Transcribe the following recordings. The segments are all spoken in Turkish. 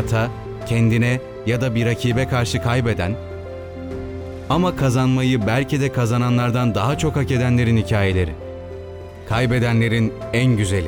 hayatta, kendine ya da bir rakibe karşı kaybeden ama kazanmayı belki de kazananlardan daha çok hak edenlerin hikayeleri. Kaybedenlerin en güzeli.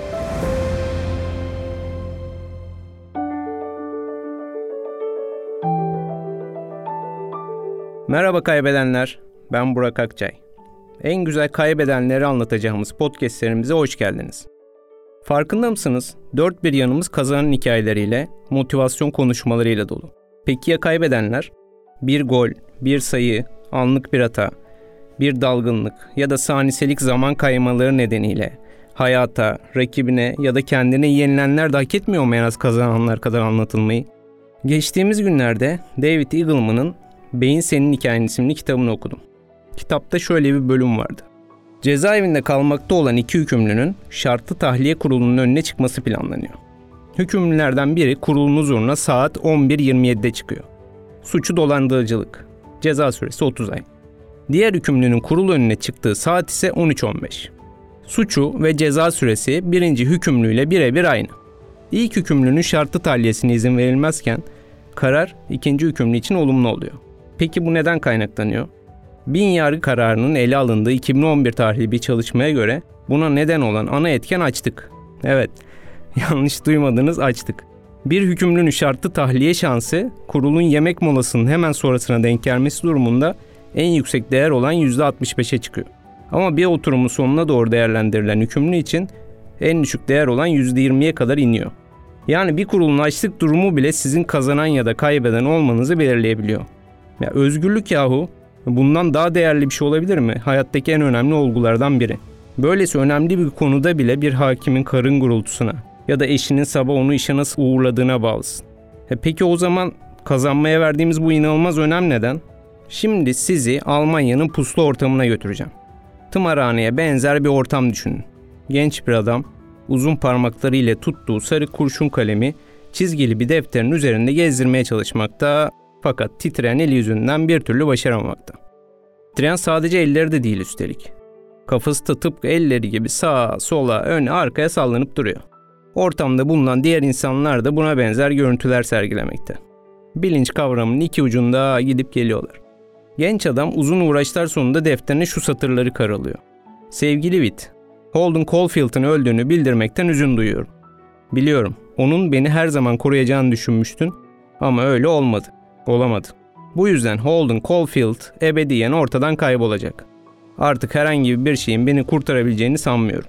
Merhaba kaybedenler, ben Burak Akçay. En güzel kaybedenleri anlatacağımız podcastlerimize hoş geldiniz. Farkında mısınız? Dört bir yanımız kazanan hikayeleriyle, motivasyon konuşmalarıyla dolu. Peki ya kaybedenler? Bir gol, bir sayı, anlık bir hata, bir dalgınlık ya da saniyelik zaman kaymaları nedeniyle hayata, rakibine ya da kendine yenilenler de hak etmiyor mu en az kazananlar kadar anlatılmayı? Geçtiğimiz günlerde David Eagleman'ın Beyin Senin Hikayen isimli kitabını okudum. Kitapta şöyle bir bölüm vardı. Cezaevinde kalmakta olan iki hükümlünün şartlı tahliye kurulunun önüne çıkması planlanıyor. Hükümlülerden biri kurulun huzuruna saat 11.27'de çıkıyor. Suçu dolandırıcılık. Ceza süresi 30 ay. Diğer hükümlünün kurul önüne çıktığı saat ise 13.15. Suçu ve ceza süresi birinci hükümlüyle birebir aynı. İlk hükümlünün şartlı tahliyesine izin verilmezken karar ikinci hükümlü için olumlu oluyor. Peki bu neden kaynaklanıyor? Bin yargı kararının ele alındığı 2011 tarihli bir çalışmaya göre buna neden olan ana etken açlık. Evet, yanlış duymadınız, açlık. Bir hükümlünün şartlı tahliye şansı kurulun yemek molasının hemen sonrasına denk gelmesi durumunda en yüksek değer olan %65'e çıkıyor. Ama bir oturumun sonuna doğru değerlendirilen hükümlü için en düşük değer olan %20'ye kadar iniyor. Yani bir kurulun açlık durumu bile sizin kazanan ya da kaybeden olmanızı belirleyebiliyor. Ya özgürlük yahu, bundan daha değerli bir şey olabilir mi? Hayattaki en önemli olgulardan biri. Böylesi önemli bir konuda bile bir hakimin karın gurultusuna ya da eşinin sabah onu işe nasıl uğurladığına bağlısın. Peki o zaman kazanmaya verdiğimiz bu inanılmaz önem neden? Şimdi sizi Almanya'nın puslu ortamına götüreceğim. Tımarhaneye benzer bir ortam düşünün. Genç bir adam uzun parmakları ile tuttuğu sarı kurşun kalemi çizgili bir defterin üzerinde gezdirmeye çalışmakta, fakat titreyen eli yüzünden bir türlü başaramamakta. Titreyen sadece elleri de değil üstelik. Kafası da tıpkı elleri gibi sağa, sola, öne, arkaya sallanıp duruyor. Ortamda bulunan diğer insanlar da buna benzer görüntüler sergilemekte. Bilinç kavramının iki ucunda gidip geliyorlar. Genç adam uzun uğraşlar sonunda defterine şu satırları karalıyor. Sevgili Witt, Holden Caulfield'ın öldüğünü bildirmekten üzün duyuyorum. Biliyorum, onun beni her zaman koruyacağını düşünmüştün ama öyle olmadı. Olamadı. Bu yüzden Holden Caulfield ebediyen ortadan kaybolacak. Artık herhangi bir şeyin beni kurtarabileceğini sanmıyorum.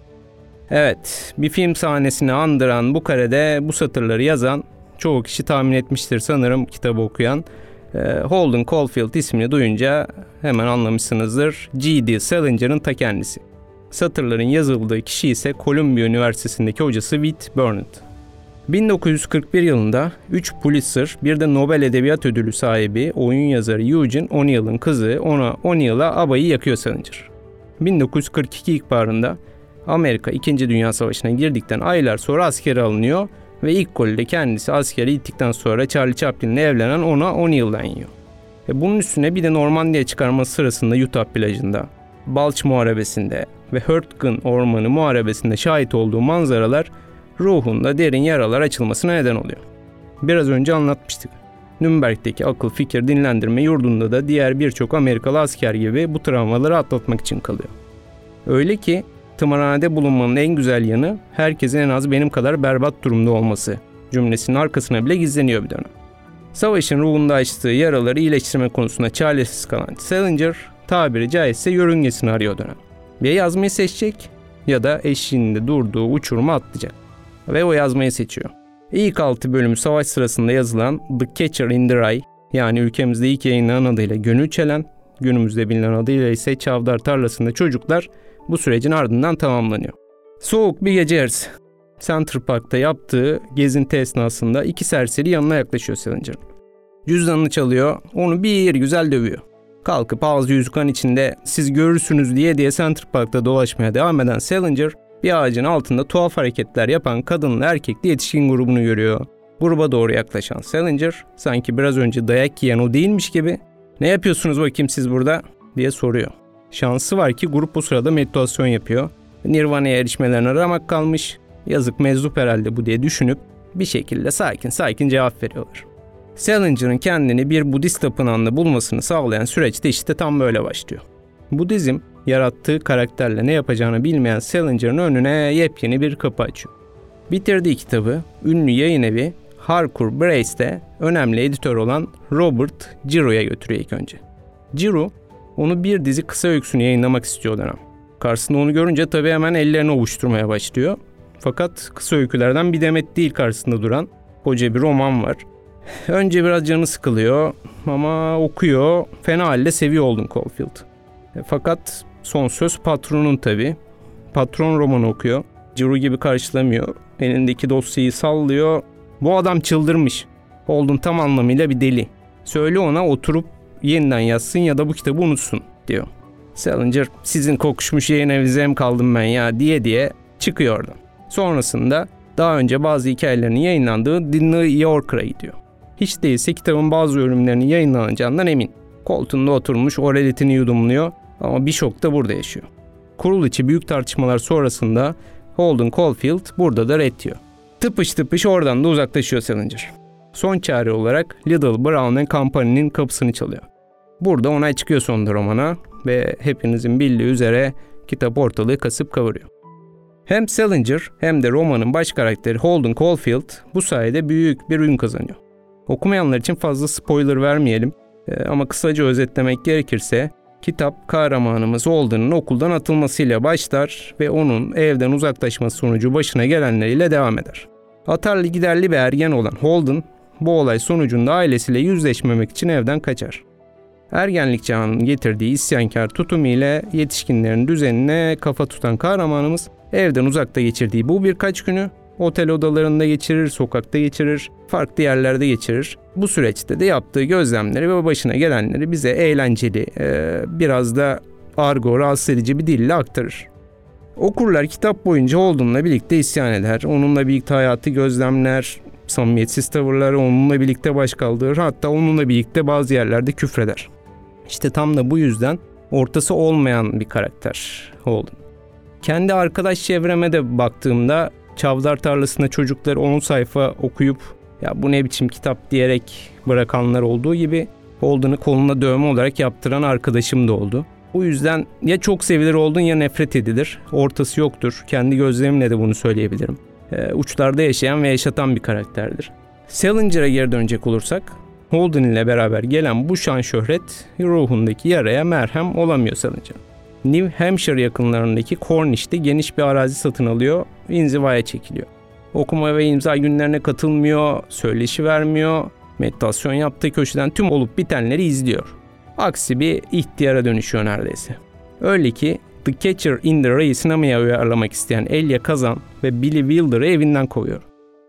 Evet, bir film sahnesini andıran bu karede bu satırları yazan, çoğu kişi tahmin etmiştir sanırım kitabı okuyan, Holden Caulfield ismini duyunca hemen anlamışsınızdır. G.D. Salinger'ın ta kendisi. Satırların yazıldığı kişi ise Columbia Üniversitesi'ndeki hocası Whit Burnett. 1941 yılında 3 Pulitzer, bir de Nobel Edebiyat Ödülü sahibi oyun yazarı Eugene O'Neill'ın kızı O'Neill'a abayı yakıyor Salinger. 1942 ilkbaharında Amerika 2. Dünya Savaşı'na girdikten aylar sonra askere alınıyor ve ilk golü de kendisi askere gittikten sonra Charlie Chaplin'le evlenen O'Neill'den yiyor. Bunun üstüne bir de Normandiya çıkarması sırasında Utah plajında, Balch Muharebesi'nde ve Hurtgen Ormanı Muharebesi'nde şahit olduğu manzaralar ruhunda derin yaralar açılmasına neden oluyor. Biraz önce anlatmıştık. Nürnberg'deki akıl fikir dinlendirme yurdunda da diğer birçok Amerikalı asker gibi bu travmaları atlatmak için kalıyor. Öyle ki tımarhanede bulunmanın en güzel yanı herkesin en az benim kadar berbat durumda olması cümlesinin arkasına bile gizleniyor bir dönem. Savaşın ruhunda açtığı yaraları iyileştirme konusunda çaresiz kalan Salinger tabiri caizse yörüngesini arıyor dönem. Ya yazmayı seçecek ya da eşiğinde durduğu uçuruma atlayacak. Ve o yazmayı seçiyor. İlk 6 bölümü savaş sırasında yazılan The Catcher in the Rye, yani ülkemizde ilk yayınlanan adıyla Gönül Çelen, günümüzde bilinen adıyla ise Çavdar Tarlası'nda Çocuklar bu sürecin ardından tamamlanıyor. Soğuk bir gece yarısı. Central Park'ta yaptığı gezinti esnasında iki serseri yanına yaklaşıyor Salinger'ın. Cüzdanını çalıyor, onu bir güzel dövüyor. Kalkıp ağzı yüzü kan içinde siz görürsünüz diye Central Park'ta dolaşmaya devam eden Salinger, bir ağacın altında tuhaf hareketler yapan kadınla erkekli yetişkin grubunu görüyor. Gruba doğru yaklaşan Salinger, sanki biraz önce dayak yiyen o değilmiş gibi, "Ne yapıyorsunuz bakayım siz burada?" diye soruyor. Şansı var ki grup bu sırada meditasyon yapıyor. Nirvana'ya erişmelerine ramak kalmış. Yazık meczup herhalde bu diye düşünüp Bir şekilde sakin cevap veriyorlar. Salinger'ın kendini bir Budist tapınağında bulmasını sağlayan süreç de işte tam böyle başlıyor. Budizm, yarattığı karakterle ne yapacağını bilmeyen Salinger'ın önüne yepyeni bir kapı açıyor. Bitirdiği kitabı ünlü yayın evi Harcourt Brace'te önemli editör olan Robert Giroux'a götürüyor ilk önce. Giroux, onu bir dizi kısa öyküsünü yayınlamak istiyor o dönem. Karşısında onu görünce tabii hemen ellerini ovuşturmaya başlıyor. Fakat kısa öykülerden bir demet değil karşısında duran koca bir roman var. Önce biraz canı sıkılıyor ama okuyor, fena halde seviyor Holden Caulfield. Fakat son söz patronun tabii. Patron romanı okuyor. Giroux gibi karşılamıyor. Elindeki dosyayı sallıyor. Bu adam çıldırmış. Holden tam anlamıyla bir deli. Söyle ona oturup yeniden yazsın ya da bu kitabı unutsun diyor. Salinger, sizin kokuşmuş yayın evinize mi kaldım ben ya diye çıkıyor oradan. Sonrasında daha önce bazı hikayelerinin yayınlandığı The New Yorker'a gidiyor. Hiç değilse kitabın bazı bölümlerinin yayınlanacağından emin. Koltuğunda oturmuş oraletini yudumluyor ama bir şok da burada yaşıyor. Kurul içi büyük tartışmalar sonrasında Holden Caulfield burada da red diyor. Tıpış oradan da uzaklaşıyor Salinger. Son çare olarak Little Brown & Company'nin kapısını çalıyor. Burada onay çıkıyor sonunda romana ve hepinizin bildiği üzere kitap ortalığı kasıp kavuruyor. Hem Salinger hem de romanın baş karakteri Holden Caulfield bu sayede büyük bir ün kazanıyor. Okumayanlar için fazla spoiler vermeyelim ama kısaca özetlemek gerekirse kitap kahramanımız Holden'ın okuldan atılmasıyla başlar ve onun evden uzaklaşması sonucu başına gelenleriyle devam eder. Atarlı giderli bir ergen olan Holden bu olay sonucunda ailesiyle yüzleşmemek için evden kaçar. Ergenlik çağının getirdiği isyankar tutumu ile yetişkinlerin düzenine kafa tutan kahramanımız evden uzakta geçirdiği bu birkaç günü otel odalarında geçirir, sokakta geçirir, farklı yerlerde geçirir. Bu süreçte de yaptığı gözlemleri ve başına gelenleri bize eğlenceli, biraz da argo, rahatsız edici bir dille aktarır. Okurlar kitap boyunca Holden'la birlikte isyan eder, onunla birlikte hayatı gözlemler, samimiyetsiz tavırları onunla birlikte baş kaldırır, hatta onunla birlikte bazı yerlerde küfreder. İşte tam da bu yüzden ortası olmayan bir karakter Holden. Kendi arkadaş çevreme de baktığımda Çavdar Tarlası'nda çocukları 10 sayfa okuyup ya bu ne biçim kitap diyerek bırakanlar olduğu gibi Holden'ı koluna dövme olarak yaptıran arkadaşım da oldu. Bu yüzden ya çok sevilir Holden ya nefret edilir. Ortası yoktur. Kendi gözlerimle de bunu söyleyebilirim. Uçlarda yaşayan ve yaşatan bir karakterdir. Salinger'a geri dönecek olursak Holden ile beraber gelen bu şan şöhret ruhundaki yaraya merhem olamıyor Salinger. New Hampshire yakınlarındaki Cornish'te geniş bir arazi satın alıyor, inzivaya çekiliyor. Okuma ve imza günlerine katılmıyor, söyleşi vermiyor, meditasyon yaptığı köşeden tüm olup bitenleri izliyor. Aksi bir ihtiyara dönüşüyor neredeyse. Öyle ki The Catcher in the Rye'yi sinemaya uyarlamak isteyen Elia Kazan ve Billy Wilder'ı evinden kovuyor.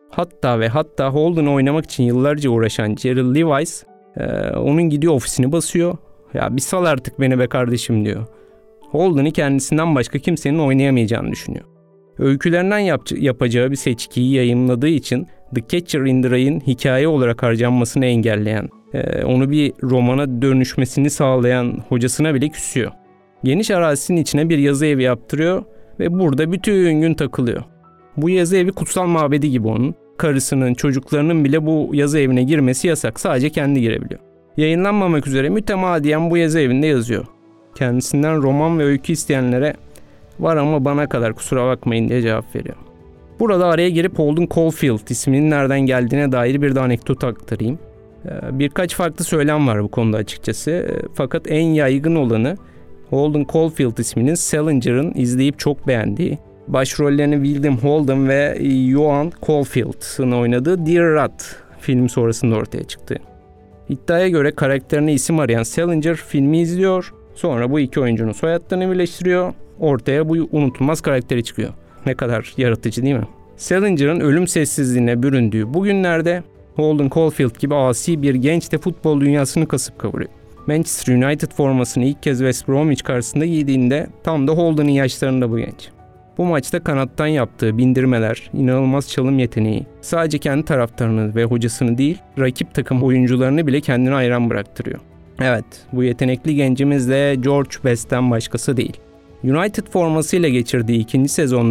Hatta Holden'ı oynamak için yıllarca uğraşan Gerald Lewis onun gidiyor ofisini basıyor. Ya bir sal artık beni be kardeşim diyor. Holden'ı kendisinden başka kimsenin oynayamayacağını düşünüyor. Öykülerinden yapacağı bir seçkiyi yayımladığı için The Catcher in the Rye'in hikaye olarak harcanmasını engelleyen, onu bir romana dönüşmesini sağlayan hocasına bile küsüyor. Geniş arazisinin içine bir yazı evi yaptırıyor ve burada bütün gün takılıyor. Bu yazı evi kutsal mabedi gibi onun. Karısının, çocuklarının bile bu yazı evine girmesi yasak. Sadece kendi girebiliyor. Yayınlanmamak üzere mütemadiyen bu yazı evinde yazıyor. Kendisinden roman ve öykü isteyenlere var ama bana kadar kusura bakmayın diye cevap veriyor. Burada araya girip Holden Caulfield isminin nereden geldiğine dair bir de anekdot aktarayım. Birkaç farklı söylem var bu konuda açıkçası. Fakat en yaygın olanı Holden Caulfield isminin Salinger'ın izleyip çok beğendiği, başrollerini William Holden ve Joan Caulfield'ın oynadığı Dear Rat film sonrasında ortaya çıktı. İddiaya göre karakterine isim arayan Salinger filmi izliyor, sonra bu iki oyuncunun soyadlarını birleştiriyor, ortaya bu unutulmaz karakteri çıkıyor. Ne kadar yaratıcı değil mi? Salinger'ın ölüm sessizliğine büründüğü bu günlerde Holden Caulfield gibi asi bir genç de futbol dünyasını kasıp kavuruyor. Manchester United formasını ilk kez West Bromwich karşısında giydiğinde tam da Holden'ın yaşlarında bu genç. Bu maçta kanattan yaptığı bindirmeler, inanılmaz çalım yeteneği sadece kendi taraftarını ve hocasını değil, rakip takım oyuncularını bile kendine hayran bıraktırıyor. Evet, bu yetenekli gencimiz de George Best'ten başkası değil. United formasıyla geçirdiği ikinci sezonda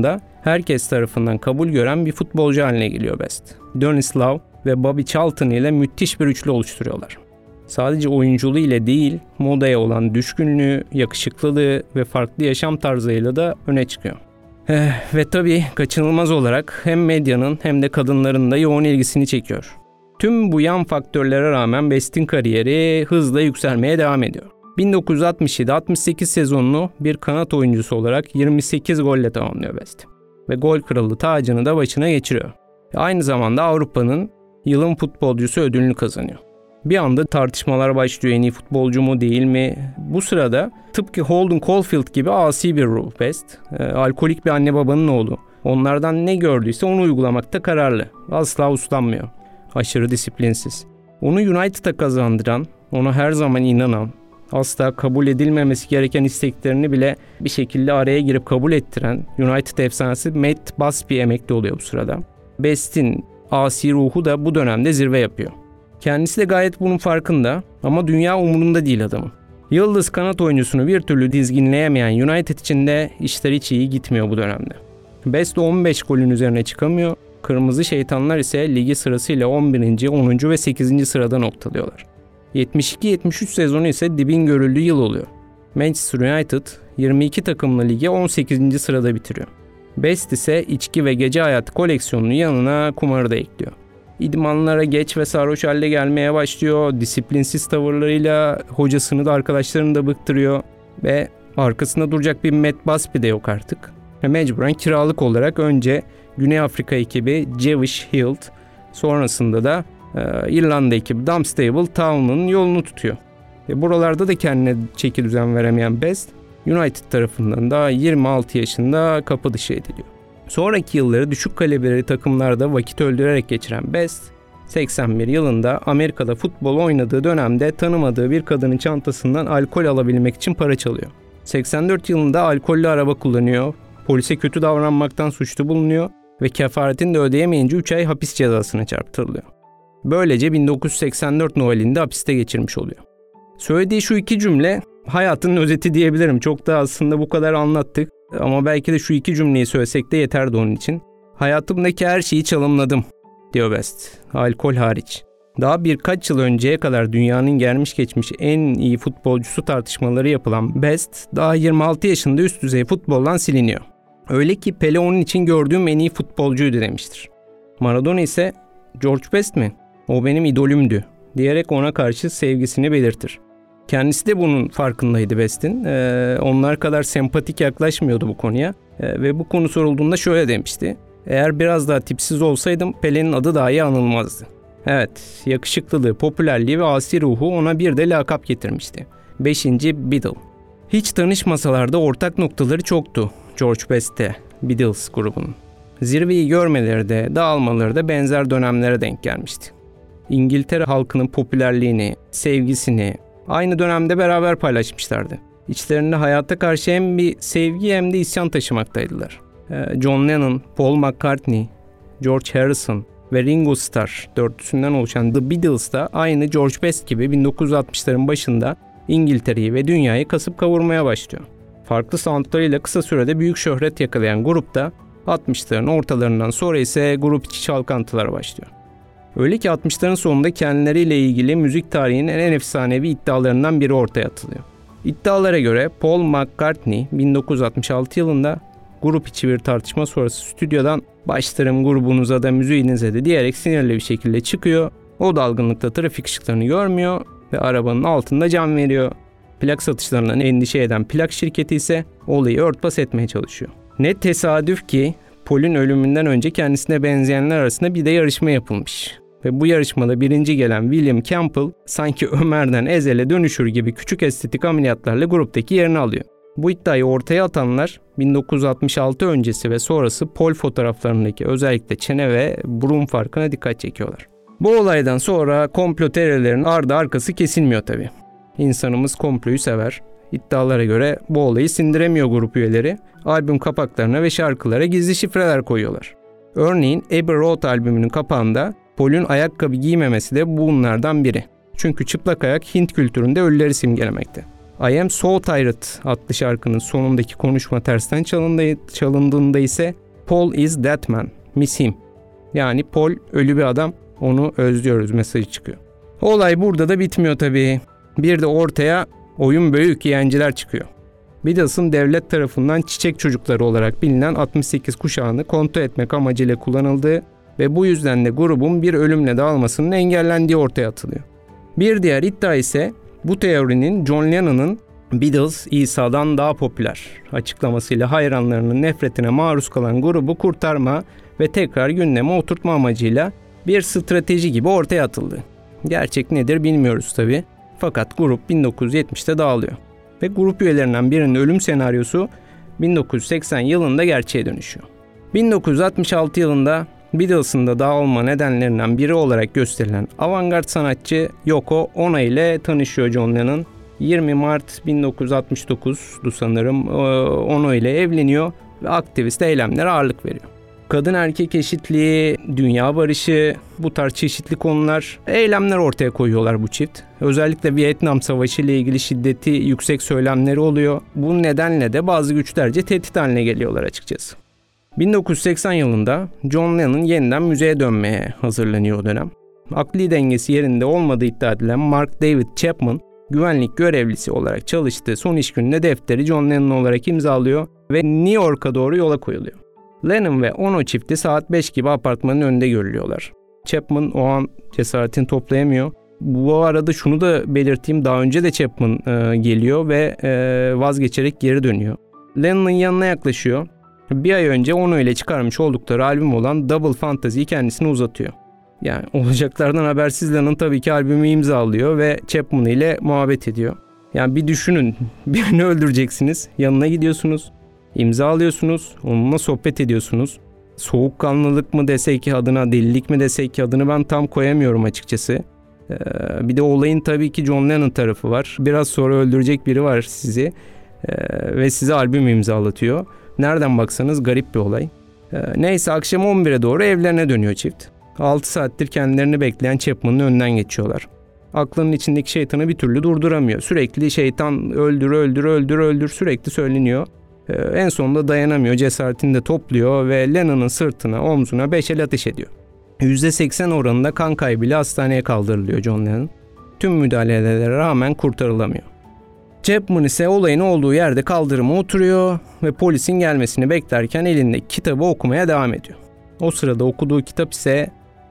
herkes tarafından kabul gören bir futbolcu haline geliyor Best. Denis Love ve Bobby Charlton ile müthiş bir üçlü oluşturuyorlar. Sadece oyunculuğu ile değil, modaya olan düşkünlüğü, yakışıklılığı ve farklı yaşam tarzıyla da öne çıkıyor. Ve tabii kaçınılmaz olarak hem medyanın hem de kadınların da yoğun ilgisini çekiyor. Tüm bu yan faktörlere rağmen Best'in kariyeri hızla yükselmeye devam ediyor. 1967-68 sezonunu bir kanat oyuncusu olarak 28 golle tamamlıyor Best. Ve gol kralı tacını da başına geçiriyor. Aynı zamanda Avrupa'nın yılın futbolcusu ödülünü kazanıyor. Bir anda tartışmalar başlıyor, en iyi futbolcu mu değil mi? Bu sırada tıpkı Holden Caulfield gibi asi bir ruh Best. Alkolik bir anne babanın oğlu. Onlardan ne gördüyse onu uygulamakta kararlı. Asla uslanmıyor. Aşırı disiplinsiz. Onu United'a kazandıran, ona her zaman inanan, asla kabul edilmemesi gereken isteklerini bile bir şekilde araya girip kabul ettiren United efsanesi Matt Busby emekli oluyor bu sırada. Best'in asi ruhu da bu dönemde zirve yapıyor. Kendisi de gayet bunun farkında ama dünya umurunda değil adamın. Yıldız kanat oyuncusunu bir türlü dizginleyemeyen United için de işler hiç iyi gitmiyor bu dönemde. Best 15 golün üzerine çıkamıyor. Kırmızı Şeytanlar ise ligi sırasıyla 11. 10. ve 8. sırada noktalıyorlar. 72-73 sezonu ise dibin görüldüğü yıl oluyor. Manchester United 22 takımlı lige 18. sırada bitiriyor. Best ise içki ve gece hayatı koleksiyonunun yanına kumarı da ekliyor. İdmanlara geç ve sarhoş halde gelmeye başlıyor. Disiplinsiz tavırlarıyla hocasını da arkadaşlarını da bıktırıyor. Ve arkasında duracak bir Matt Busby de yok artık. Ve mecburen kiralık olarak önce Güney Afrika ekibi Jewish Hill, sonrasında da İrlanda ekibi Dunstable Town'un yolunu tutuyor. Buralarda da kendine çeki düzen veremeyen Best, United tarafından da 26 yaşında kapı dışı ediliyor. Sonraki yılları düşük kalibreli takımlarda vakit öldürerek geçiren Best, 81 yılında Amerika'da futbol oynadığı dönemde tanımadığı bir kadının çantasından alkol alabilmek için para çalıyor. 84 yılında alkollü araba kullanıyor, polise kötü davranmaktan suçlu bulunuyor ve kefaretini de ödeyemeyince 3 ay hapis cezasına çarptırılıyor. Böylece 1984 Noel'inde hapiste geçirmiş oluyor. Söylediği şu iki cümle hayatının özeti diyebilirim. Çok da aslında bu kadar anlattık ama belki de şu iki cümleyi söylesek de yeterdi onun için. Hayatımdaki her şeyi çalımladım diyor Best, alkol hariç. Daha birkaç yıl önceye kadar dünyanın gelmiş geçmiş en iyi futbolcusu tartışmaları yapılan Best, daha 26 yaşında üst düzey futboldan siliniyor. Öyle ki Pele onun için gördüğüm en iyi futbolcuydu demiştir. Maradona ise George Best mi? O benim idolümdü diyerek ona karşı sevgisini belirtir. Kendisi de bunun farkındaydı Best'in. Onlar kadar sempatik yaklaşmıyordu bu konuya. Ve bu konu sorulduğunda şöyle demişti. Eğer biraz daha tipsiz olsaydım Pele'nin adı dahi anılmazdı. Evet, yakışıklılığı, popülerliği ve asi ruhu ona bir de lakap getirmişti. 5. Beatle. Hiç tanışmasalar da ortak noktaları çoktu George Best'te, Beatles grubunun. Zirveyi görmeleri de, dağılmaları da benzer dönemlere denk gelmişti. İngiltere halkının popülerliğini, sevgisini aynı dönemde beraber paylaşmışlardı. İçlerinde hayata karşı hem bir sevgi hem de isyan taşımaktaydılar. John Lennon, Paul McCartney, George Harrison ve Ringo Starr dörtlüsünden oluşan The Beatles da aynı George Best gibi 1960'ların başında İngiltere'yi ve dünyayı kasıp kavurmaya başlıyor. Farklı soundlarıyla kısa sürede büyük şöhret yakalayan grupta 60'ların ortalarından sonra ise grup içi çalkantılar başlıyor. Öyle ki 60'ların sonunda kendileriyle ilgili müzik tarihinin en efsanevi iddialarından biri ortaya atılıyor. İddialara göre Paul McCartney 1966 yılında grup içi bir tartışma sonrası stüdyodan "Başlarım grubunuza da müziğinize de" diyerek sinirli bir şekilde çıkıyor. O dalgınlıkta trafik ışıklarını görmüyor ve arabanın altında can veriyor. Plak satışlarından endişe eden plak şirketi ise olayı örtbas etmeye çalışıyor. Ne tesadüf ki Paul'ün ölümünden önce kendisine benzeyenler arasında bir de yarışma yapılmış. Ve bu yarışmada birinci gelen William Campbell sanki Ömer'den Ezel'e dönüşür gibi küçük estetik ameliyatlarla gruptaki yerini alıyor. Bu iddiayı ortaya atanlar 1966 öncesi ve sonrası Paul fotoğraflarındaki özellikle çene ve burun farkına dikkat çekiyorlar. Bu olaydan sonra komplo teorilerinin ardı arkası kesilmiyor tabii. İnsanımız komployu sever. İddialara göre bu olayı sindiremiyor grup üyeleri. Albüm kapaklarına ve şarkılara gizli şifreler koyuyorlar. Örneğin Abbey Road albümünün kapağında Paul'ün ayakkabı giymemesi de bunlardan biri. Çünkü çıplak ayak Hint kültüründe ölüleri simgelemekte. I Am So Tired adlı şarkının sonundaki konuşma tersten çalındığında ise Paul is that man. Miss him. Yani Paul ölü bir adam. Onu özlüyoruz mesajı çıkıyor. Olay burada da bitmiyor tabii. Bir de ortaya oyun büyük yeğenciler çıkıyor. Beatles'ın devlet tarafından çiçek çocukları olarak bilinen 68 kuşağını kontrol etmek amacıyla kullanıldığı ve bu yüzden de grubun bir ölümle dağılmasının engellendiği ortaya atılıyor. Bir diğer iddia ise bu teorinin John Lennon'ın Beatles İsa'dan daha popüler açıklamasıyla hayranlarının nefretine maruz kalan grubu kurtarma ve tekrar gündeme oturtma amacıyla bir strateji gibi ortaya atıldı. Gerçek nedir bilmiyoruz tabii. Fakat grup 1970'te dağılıyor. Ve grup üyelerinden birinin ölüm senaryosu 1980 yılında gerçeğe dönüşüyor. 1966 yılında Beatles'ın da dağılma nedenlerinden biri olarak gösterilen avantgard sanatçı Yoko Ono ile tanışıyor John Lennon. 20 Mart 1969'du sanırım Ono ile evleniyor ve aktivist eylemlere ağırlık veriyor. Kadın erkek eşitliği, dünya barışı, bu tarz çeşitli konular, eylemler ortaya koyuyorlar bu çift. Özellikle Vietnam Savaşı ile ilgili şiddeti yüksek söylemleri oluyor. Bu nedenle de bazı güçlerce tehdit haline geliyorlar açıkçası. 1980 yılında John Lennon yeniden müziğe dönmeye hazırlanıyor o dönem. Akli dengesi yerinde olmadığı iddia edilen Mark David Chapman, güvenlik görevlisi olarak çalıştığı son iş gününe defteri John Lennon olarak imzalıyor ve New York'a doğru yola koyuluyor. Lennon ve Ono çifti saat 5 gibi apartmanın önünde görülüyorlar. Chapman o an cesaretini toplayamıyor. Bu arada şunu da belirteyim, daha önce de Chapman geliyor ve vazgeçerek geri dönüyor. Lennon'ın yanına yaklaşıyor. Bir ay önce Ono ile çıkarmış oldukları albüm olan Double Fantasy'yi kendisine uzatıyor. Yani olacaklardan habersiz Lennon tabii ki albümü imzalıyor ve Chapman ile muhabbet ediyor. Yani bir düşünün, birini öldüreceksiniz, yanına gidiyorsunuz, imzalıyorsunuz, onunla sohbet ediyorsunuz. Soğukkanlılık mı desek adına, delilik mi desek adını ben tam koyamıyorum açıkçası. Bir de olayın tabii ki John Lennon tarafı var. Biraz sonra öldürecek biri var sizi ve size albüm imzalatıyor. Nereden baksanız garip bir olay. Neyse akşam 11'e doğru evlerine dönüyor çift. 6 saattir kendilerini bekleyen Chapman'ın önünden geçiyorlar. Aklının içindeki şeytanı bir türlü durduramıyor. Sürekli şeytan öldür sürekli söyleniyor. En sonunda dayanamıyor, cesaretini de topluyor ve Lennon'ın sırtına, omzuna 5 el ateş ediyor. %80 oranında kan kaybıyla hastaneye kaldırılıyor John Lennon. Tüm müdahalelere rağmen kurtarılamıyor. Chapman ise olayın olduğu yerde kaldırıma oturuyor ve polisin gelmesini beklerken elindeki kitabı okumaya devam ediyor. O sırada okuduğu kitap ise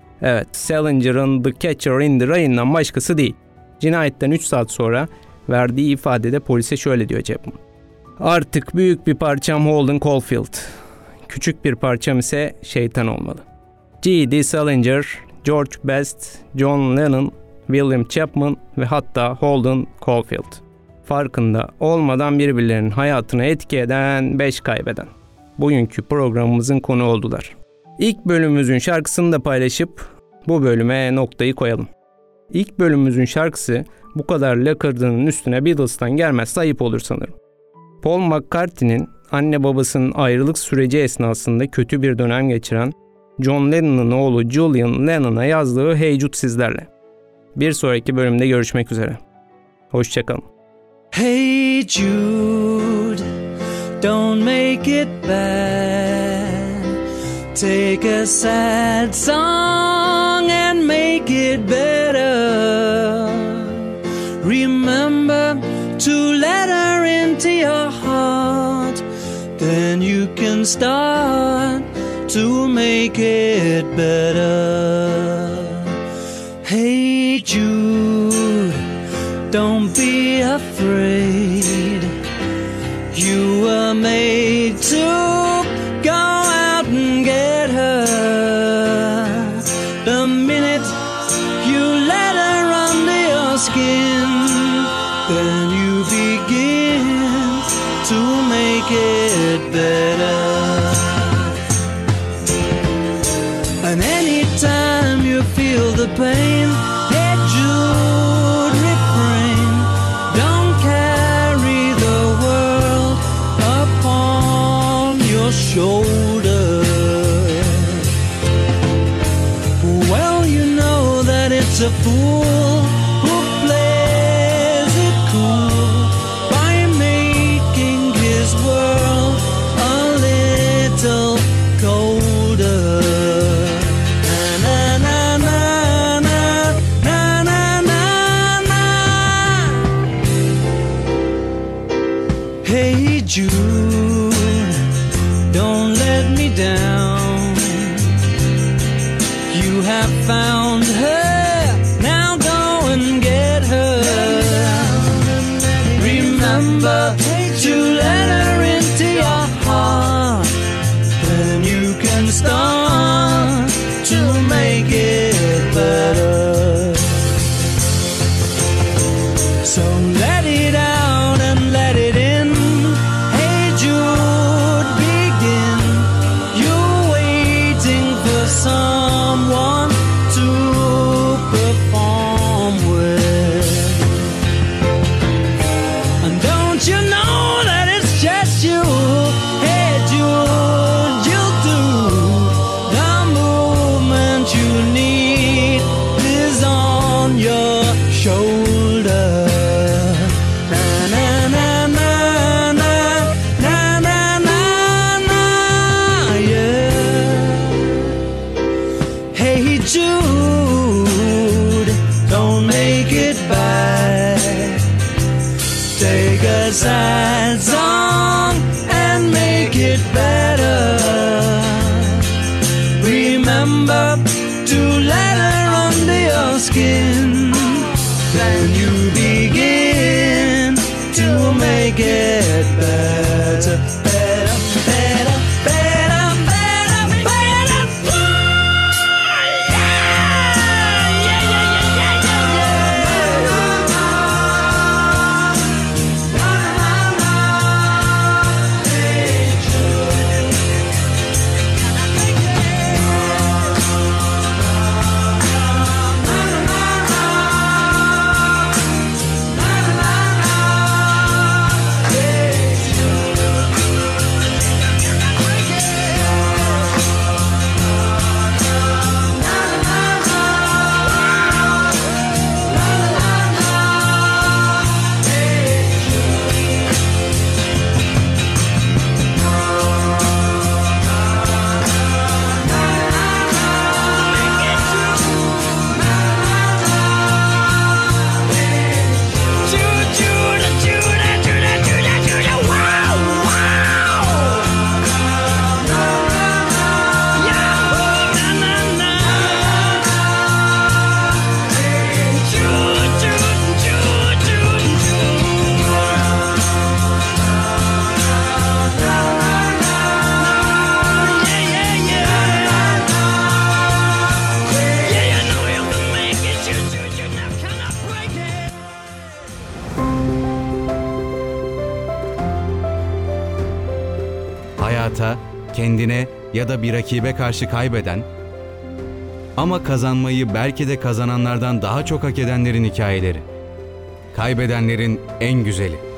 Salinger'ın The Catcher in the Rain'dan başkası değil. Cinayetten 3 saat sonra verdiği ifadede polise şöyle diyor Chapman. Artık büyük bir parçam Holden Caulfield. Küçük bir parçam ise şeytan olmalı. G.D. Salinger, George Best, John Lennon, William Chapman ve hatta Holden Caulfield. Farkında olmadan birbirlerinin hayatına etki eden 5 kaybeden. Bugünkü programımızın konu oldular. İlk bölümümüzün şarkısını da paylaşıp bu bölüme noktayı koyalım. İlk bölümümüzün şarkısı bu kadar lakırdının üstüne Beatles'tan gelmezse ayıp olur sanırım. Paul McCartney'nin anne babasının ayrılık süreci esnasında kötü bir dönem geçiren John Lennon'ın oğlu Julian Lennon'a yazdığı Hey Jude sizlerle. Bir sonraki bölümde görüşmek üzere. Hoşçakalın. Hey Jude, don't make it bad. Take a sad song and make it better. Remember to let her into your heart. Then you can start to make it better. Hey Jude, don't be afraid. You were made to go out and get her. The minute you let her under your skin, then you begin to make it better. And anytime you feel the pain, hey Jude, refrain. Don't carry the world upon your shoulder. Well, you know that it's a fool who plays it cool by making his world a little colder. Na na na na na na na na. Hey Jude, don't let me down. You have found her, now go and get her. Remember to let her into your heart, then you can start to make it better. So let it out and let it in. Hey Jude, begin. You're waiting for someone to perform with. And don't you know that it's just you? Hey Jude, you'll do. The movement you need is on your shoulder. Na na na na na na na na na, yeah. Hey Jude, don't make it bad. Take a sad song and make it better. Remember to let her under your skin, then you begin to make it better, better, better, better, better, better. Yeah, yeah, yeah, yeah, Hayata, kendine ya da bir rakibe karşı kaybeden ama kazanmayı belki de kazananlardan daha çok hak edenlerin hikayeleri. Kaybedenlerin en güzeli.